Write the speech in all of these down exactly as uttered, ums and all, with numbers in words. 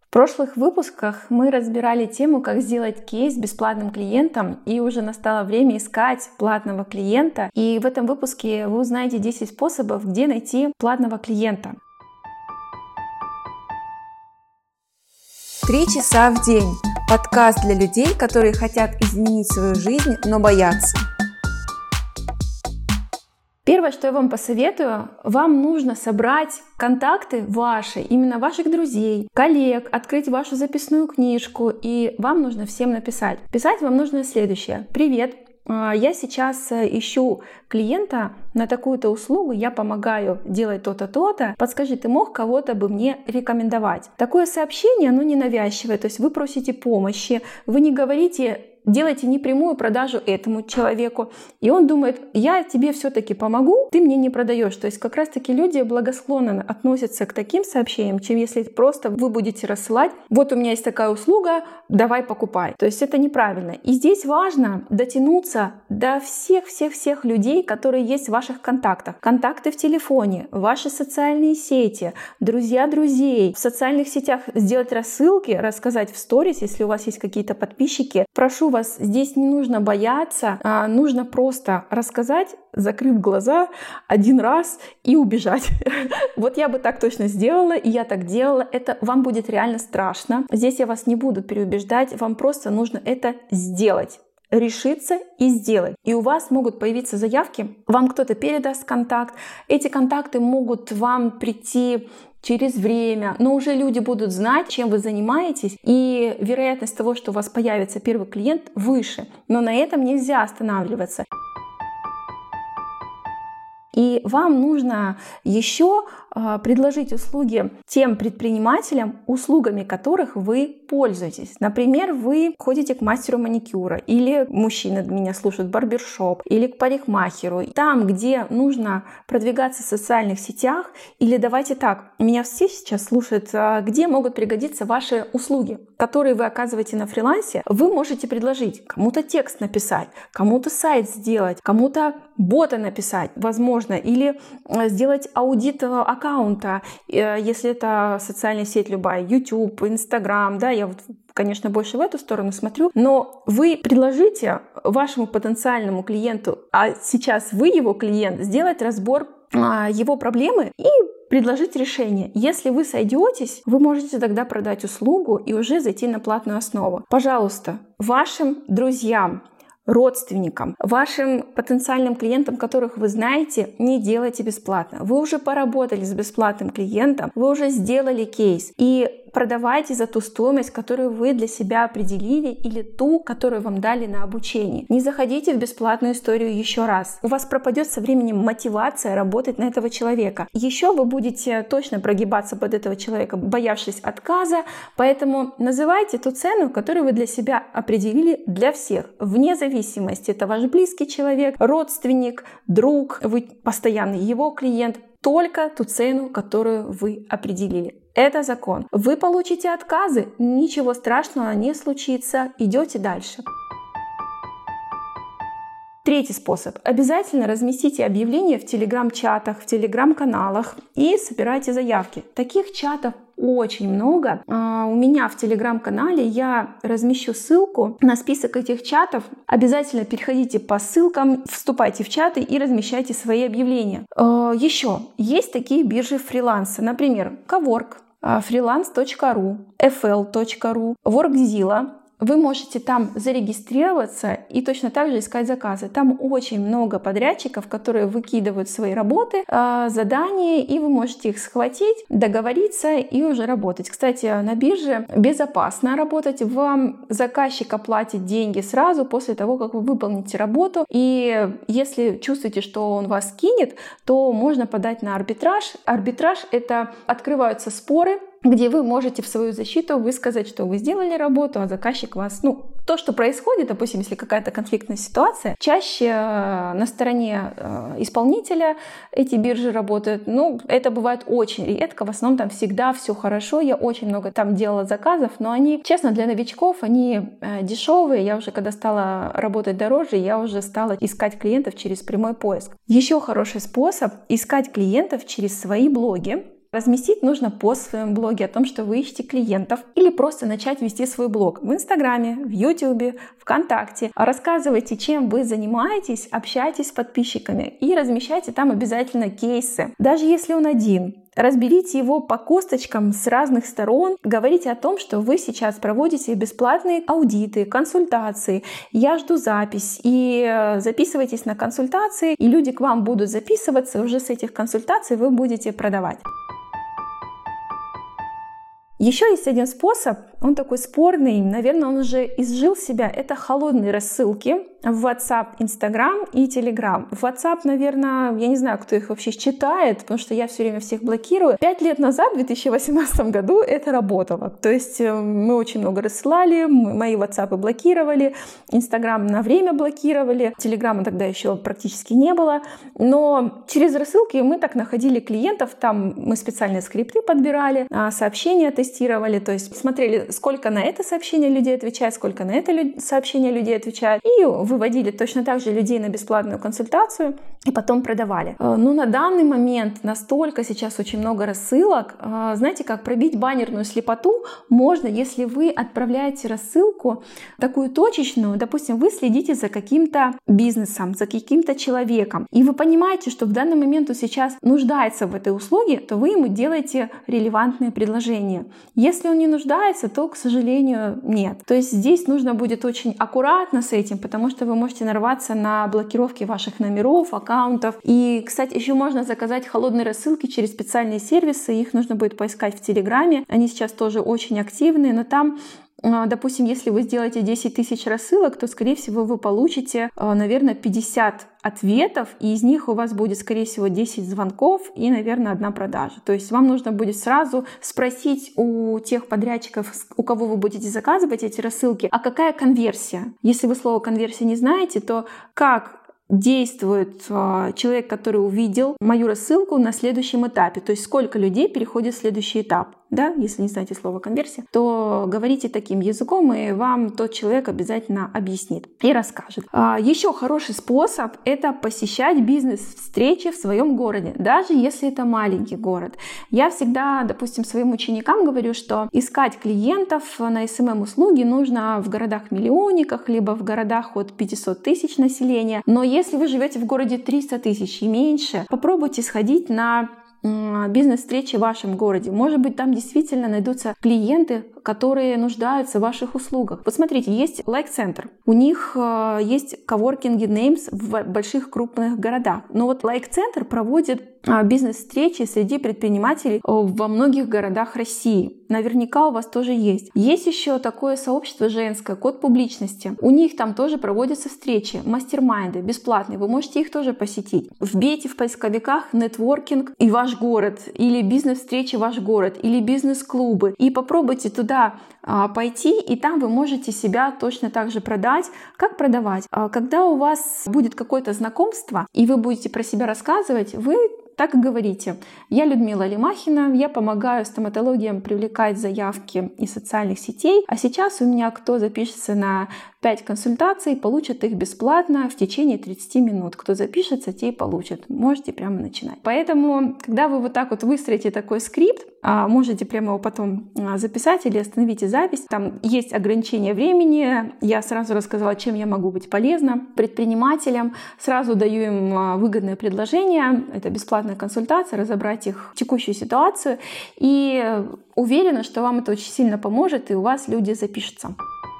В прошлых выпусках мы разбирали тему, как сделать кейс бесплатным клиентом, и уже настало время искать платного клиента. И в этом выпуске вы узнаете десять способов, где найти платного клиента. Три часа в день. Подкаст для людей, которые хотят изменить свою жизнь, но боятся. Первое, что я вам посоветую, вам нужно собрать контакты ваши, именно ваших друзей, коллег, открыть вашу записную книжку, и вам нужно всем написать. Писать вам нужно следующее. Привет, я сейчас ищу клиента на такую-то услугу, я помогаю делать то-то, то-то. Подскажи, ты мог кого-то бы мне рекомендовать? Такое сообщение, оно ненавязчивое, то есть вы просите помощи, вы не говорите... Делайте непрямую продажу этому человеку, и он думает, я тебе все-таки помогу, ты мне не продаешь. То есть как раз-таки люди благосклонно относятся к таким сообщениям, чем если просто вы будете рассылать, вот у меня есть такая услуга, давай покупай. То есть это неправильно. И здесь важно дотянуться до всех-всех-всех людей, которые есть в ваших контактах. Контакты в телефоне, ваши социальные сети, друзья друзей. В социальных сетях сделать рассылки, рассказать в сторис, если у вас есть какие-то подписчики. Прошу вас, здесь не нужно бояться, а нужно просто рассказать, закрыв глаза один раз и убежать. Вот я бы так точно сделала, и я так делала. Это вам будет реально страшно. Здесь я вас не буду переубеждать, вам просто нужно это сделать. Решиться и сделать. И у вас могут появиться заявки, вам кто-то передаст контакт. Эти контакты могут вам прийти через время, но уже люди будут знать, чем вы занимаетесь, и вероятность того, что у вас появится первый клиент, выше. Но на этом нельзя останавливаться. И вам нужно еще предложить услуги тем предпринимателям, услугами которых вы пользуетесь. Например, вы ходите к мастеру маникюра, или мужчины меня слушают, барбершоп, или к парикмахеру. Там, где нужно продвигаться в социальных сетях, или давайте так, меня все сейчас слушают, где могут пригодиться ваши услуги, которые вы оказываете на фрилансе, вы можете предложить кому-то текст написать, кому-то сайт сделать, кому-то бота написать, возможно, или сделать аудит аккаунта, если это социальная сеть любая, YouTube, Instagram, да, я вот, конечно, больше в эту сторону смотрю, но вы предложите вашему потенциальному клиенту, а сейчас вы его клиент, сделать разбор его проблемы и предложить решение. Если вы сойдетесь, вы можете тогда продать услугу и уже зайти на платную основу. Пожалуйста, вашим друзьям, родственникам, вашим потенциальным клиентам, которых вы знаете, не делайте бесплатно. Вы уже поработали с бесплатным клиентом, вы уже сделали кейс. И продавайте за ту стоимость, которую вы для себя определили, или ту, которую вам дали на обучение. Не заходите в бесплатную историю еще раз. У вас пропадет со временем мотивация работать на этого человека. Еще вы будете точно прогибаться под этого человека, боявшись отказа. Поэтому называйте ту цену, которую вы для себя определили для всех. Вне зависимости, это ваш близкий человек, родственник, друг, вы постоянный его клиент. Только ту цену, которую вы определили. Это закон. Вы получите отказы, ничего страшного не случится, идете дальше. Третий способ. Обязательно разместите объявления в телеграм-чатах, в телеграм-каналах и собирайте заявки. Таких чатов очень много. У меня в телеграм-канале я размещу ссылку на список этих чатов. Обязательно переходите по ссылкам, вступайте в чаты и размещайте свои объявления. Еще есть такие биржи фриланса, например, Cowork, freelance точка ру, эф эл точка ру, Workzilla. Вы можете там зарегистрироваться и точно так же искать заказы. Там очень много подрядчиков, которые выкидывают свои работы, задания, и вы можете их схватить, договориться и уже работать. Кстати, на бирже безопасно работать. Вам заказчик оплатит деньги сразу после того, как вы выполните работу. И если чувствуете, что он вас кинет, то можно подать на арбитраж. Арбитраж — это открываются споры, где вы можете в свою защиту высказать, что вы сделали работу, а заказчик вас... Ну, то, что происходит, допустим, если какая-то конфликтная ситуация, чаще на стороне исполнителя эти биржи работают. Ну, это бывает очень редко, в основном там всегда все хорошо. Я очень много там делала заказов, но они, честно, для новичков, они дешевые. Я уже, когда стала работать дороже, я уже стала искать клиентов через прямой поиск. Еще хороший способ — искать клиентов через свои блоги. Разместить нужно пост в своем блоге о том, что вы ищете клиентов, или просто начать вести свой блог в Инстаграме, в Ютубе, ВКонтакте. Рассказывайте, чем вы занимаетесь, общайтесь с подписчиками и размещайте там обязательно кейсы. Даже если он один, разберите его по косточкам с разных сторон. Говорите о том, что вы сейчас проводите бесплатные аудиты, консультации. Я жду запись. И записывайтесь на консультации, и люди к вам будут записываться. Уже с этих консультаций вы будете продавать. Еще есть один способ, он такой спорный, наверное, он уже изжил себя. Это холодные рассылки в WhatsApp, Instagram и Telegram. В WhatsApp, наверное, я не знаю, кто их вообще читает, потому что я все время всех блокирую. Пять лет назад, в две тысячи восемнадцатом году, это работало. То есть мы очень много рассылали, мои WhatsApp блокировали, Instagram на время блокировали, Telegram тогда еще практически не было. Но через рассылки мы так находили клиентов, там мы специальные скрипты подбирали, сообщения тестировали, то есть смотрели, сколько на это сообщение людей отвечает, сколько на это лю- сообщение людей отвечает, и выводили точно так же людей на бесплатную консультацию и потом продавали. Ну, на данный момент настолько сейчас очень много рассылок. Знаете, как пробить баннерную слепоту можно, если вы отправляете рассылку такую точечную, допустим, вы следите за каким-то бизнесом, за каким-то человеком, и вы понимаете, что в данный момент он сейчас нуждается в этой услуге, то вы ему делаете релевантные предложения. Если он не нуждается, то, к сожалению, нет. То есть здесь нужно будет очень аккуратно с этим, потому что вы можете нарваться на блокировки ваших номеров, аккаунтов. И, кстати, еще можно заказать холодные рассылки через специальные сервисы. Их нужно будет поискать в Телеграме. Они сейчас тоже очень активные, но там, допустим, если вы сделаете десять тысяч рассылок, то, скорее всего, вы получите, наверное, пятьдесят ответов, и из них у вас будет, скорее всего, десять звонков и, наверное, одна продажа. То есть вам нужно будет сразу спросить у тех подрядчиков, у кого вы будете заказывать эти рассылки, а какая конверсия? Если вы слово «конверсия» не знаете, то как действует э, человек, который увидел мою рассылку на следующем этапе, то есть сколько людей переходит в следующий этап. Да? Если не знаете слово «конверсия», то говорите таким языком, и вам тот человек обязательно объяснит и расскажет. А, еще хороший способ — это посещать бизнес-встречи в своем городе, даже если это маленький город. Я всегда, допустим, своим ученикам говорю, что искать клиентов на эс эм эм-услуги нужно в городах-миллионниках, либо в городах от пятисот тысяч населения. Но если вы живете в городе триста тысяч и меньше, попробуйте сходить на бизнес-встречи в вашем городе. Может быть, там действительно найдутся клиенты, которые нуждаются в ваших услугах. Вот смотрите, есть лайк-центр. У них э, есть коворкинги Names в больших крупных городах. Но вот лайк-центр проводит э, бизнес-встречи среди предпринимателей во многих городах России. Наверняка у вас тоже есть. Есть еще такое сообщество женское, Код публичности. У них там тоже проводятся встречи, мастер-майнды, бесплатные. Вы можете их тоже посетить. Вбейте в поисковиках нетворкинг и ваш город, или бизнес-встречи ваш город, или бизнес-клубы, и попробуйте туда пойти, и там вы можете себя точно так же продать. Как продавать? Когда у вас будет какое-то знакомство, и вы будете про себя рассказывать, вы так и говорите: я Людмила Лемахина, я помогаю стоматологиям привлекать заявки из социальных сетей, а сейчас у меня кто запишется на пять консультаций, получит их бесплатно в течение тридцати минут. Кто запишется, те и получат. Можете прямо начинать. Поэтому, когда вы вот так вот выстроите такой скрипт, можете прямо его потом записать или остановите запись. Там есть ограничение времени. Я сразу рассказала, чем я могу быть полезна предпринимателям. Сразу даю им выгодное предложение. Это бесплатная консультация, разобрать их текущую ситуацию. И уверена, что вам это очень сильно поможет, и у вас люди запишутся.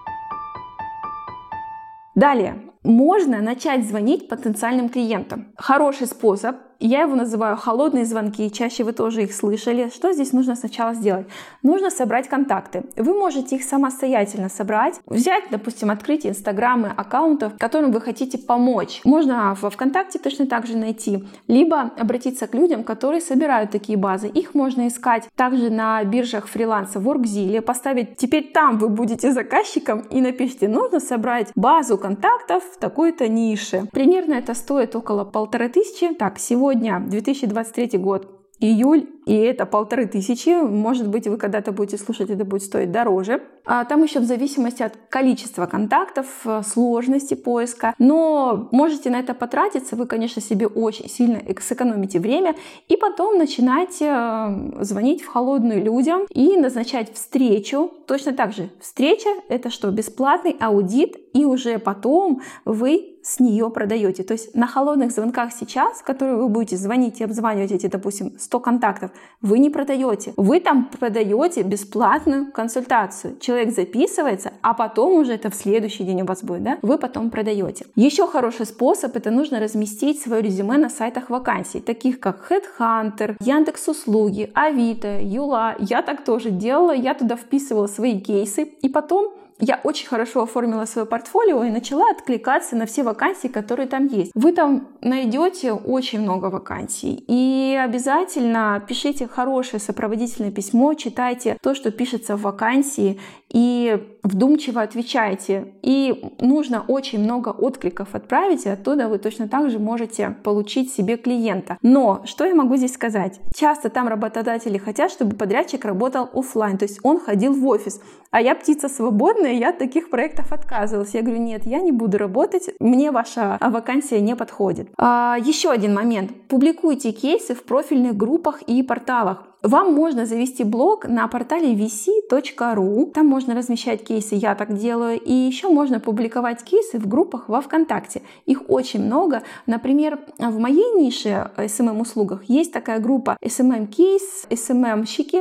Далее. Можно начать звонить потенциальным клиентам. Хороший способ. Я его называю холодные звонки, чаще вы тоже их слышали. Что здесь нужно сначала сделать? Нужно собрать контакты. Вы можете их самостоятельно собрать, взять, допустим, открыть инстаграмы аккаунтов, которым вы хотите помочь. Можно во ВКонтакте точно так же найти, либо обратиться к людям, которые собирают такие базы. Их можно искать также на биржах фриланса, в Workzilla, поставить «Теперь там вы будете заказчиком» и напишите: нужно собрать базу контактов в такой-то нише. Примерно это стоит около полторы тысячи. Так, сегодня две тысячи двадцать третий год, июль, и это полторы тысячи. Может быть, вы когда-то будете слушать, это будет стоить дороже. А там еще в зависимости от количества контактов, сложности поиска. Но можете на это потратиться, вы, конечно, себе очень сильно сэкономите время, и потом начинать звонить в холодную людям и назначать встречу. Точно так же встреча — это что? Бесплатный аудит, и уже потом вы с нее продаете. То есть на холодных звонках сейчас, которые вы будете звонить и обзванивать эти, допустим, сто контактов, вы не продаете. Вы там продаете бесплатную консультацию. Человек записывается, а потом уже это в следующий день у вас будет, да? Вы потом продаете. Еще хороший способ — это нужно разместить свое резюме на сайтах вакансий, таких как HeadHunter, Яндекс.Услуги, Авито, Юла. Я так тоже делала, я туда вписывала свои кейсы, и потом я очень хорошо оформила свое портфолио и начала откликаться на все вакансии, которые там есть. Вы там найдете очень много вакансий. И обязательно пишите хорошее сопроводительное письмо, читайте то, что пишется в вакансии, и вдумчиво отвечайте. И нужно очень много откликов отправить, и оттуда вы точно так же можете получить себе клиента. Но что я могу здесь сказать? Часто там работодатели хотят, чтобы подрядчик работал офлайн, то есть он ходил в офис. А я птица свободная, я от таких проектов отказывалась. Я говорю, нет, я не буду работать, мне ваша вакансия не подходит. А, еще один момент. Публикуйте кейсы в профильных группах и порталах. Вам можно завести блог на портале ви си точка ру. Там можно размещать кейсы, я так делаю. И еще можно публиковать кейсы в группах во ВКонтакте. Их очень много. Например, в моей нише эс эм эм-услугах есть такая группа эс эм эм-кейс, эс эм эм-щики.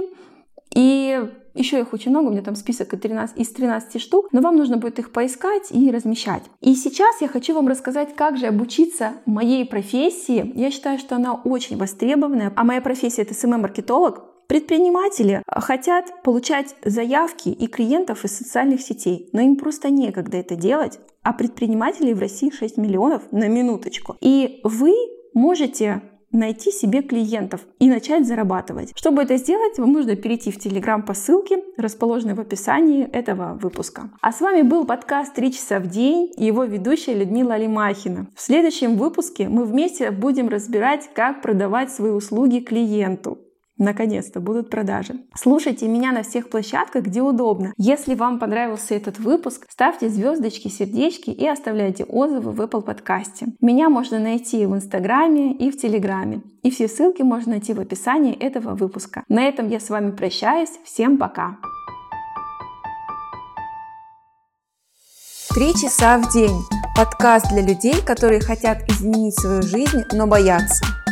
И еще их очень много, у меня там список из тринадцати штук, но вам нужно будет их поискать и размещать. И сейчас я хочу вам рассказать, как же обучиться моей профессии. Я считаю, что она очень востребованная, а моя профессия — это эс эм эм-маркетолог. Предприниматели хотят получать заявки и клиентов из социальных сетей, но им просто некогда это делать, а предпринимателей в России шесть миллионов, на минуточку. И вы можете найти себе клиентов и начать зарабатывать. Чтобы это сделать, вам нужно перейти в Telegram по ссылке, расположенной в описании этого выпуска. А с вами был подкаст «Три часа в день» и его ведущая Людмила Алимахина. В следующем выпуске мы вместе будем разбирать, как продавать свои услуги клиенту. Наконец-то будут продажи. Слушайте меня на всех площадках, где удобно. Если вам понравился этот выпуск, ставьте звездочки, сердечки и оставляйте отзывы в Apple подкасте. Меня можно найти в Инстаграме и в Телеграме. И все ссылки можно найти в описании этого выпуска. На этом я с вами прощаюсь. Всем пока! Три часа в день. Подкаст для людей, которые хотят изменить свою жизнь, но боятся.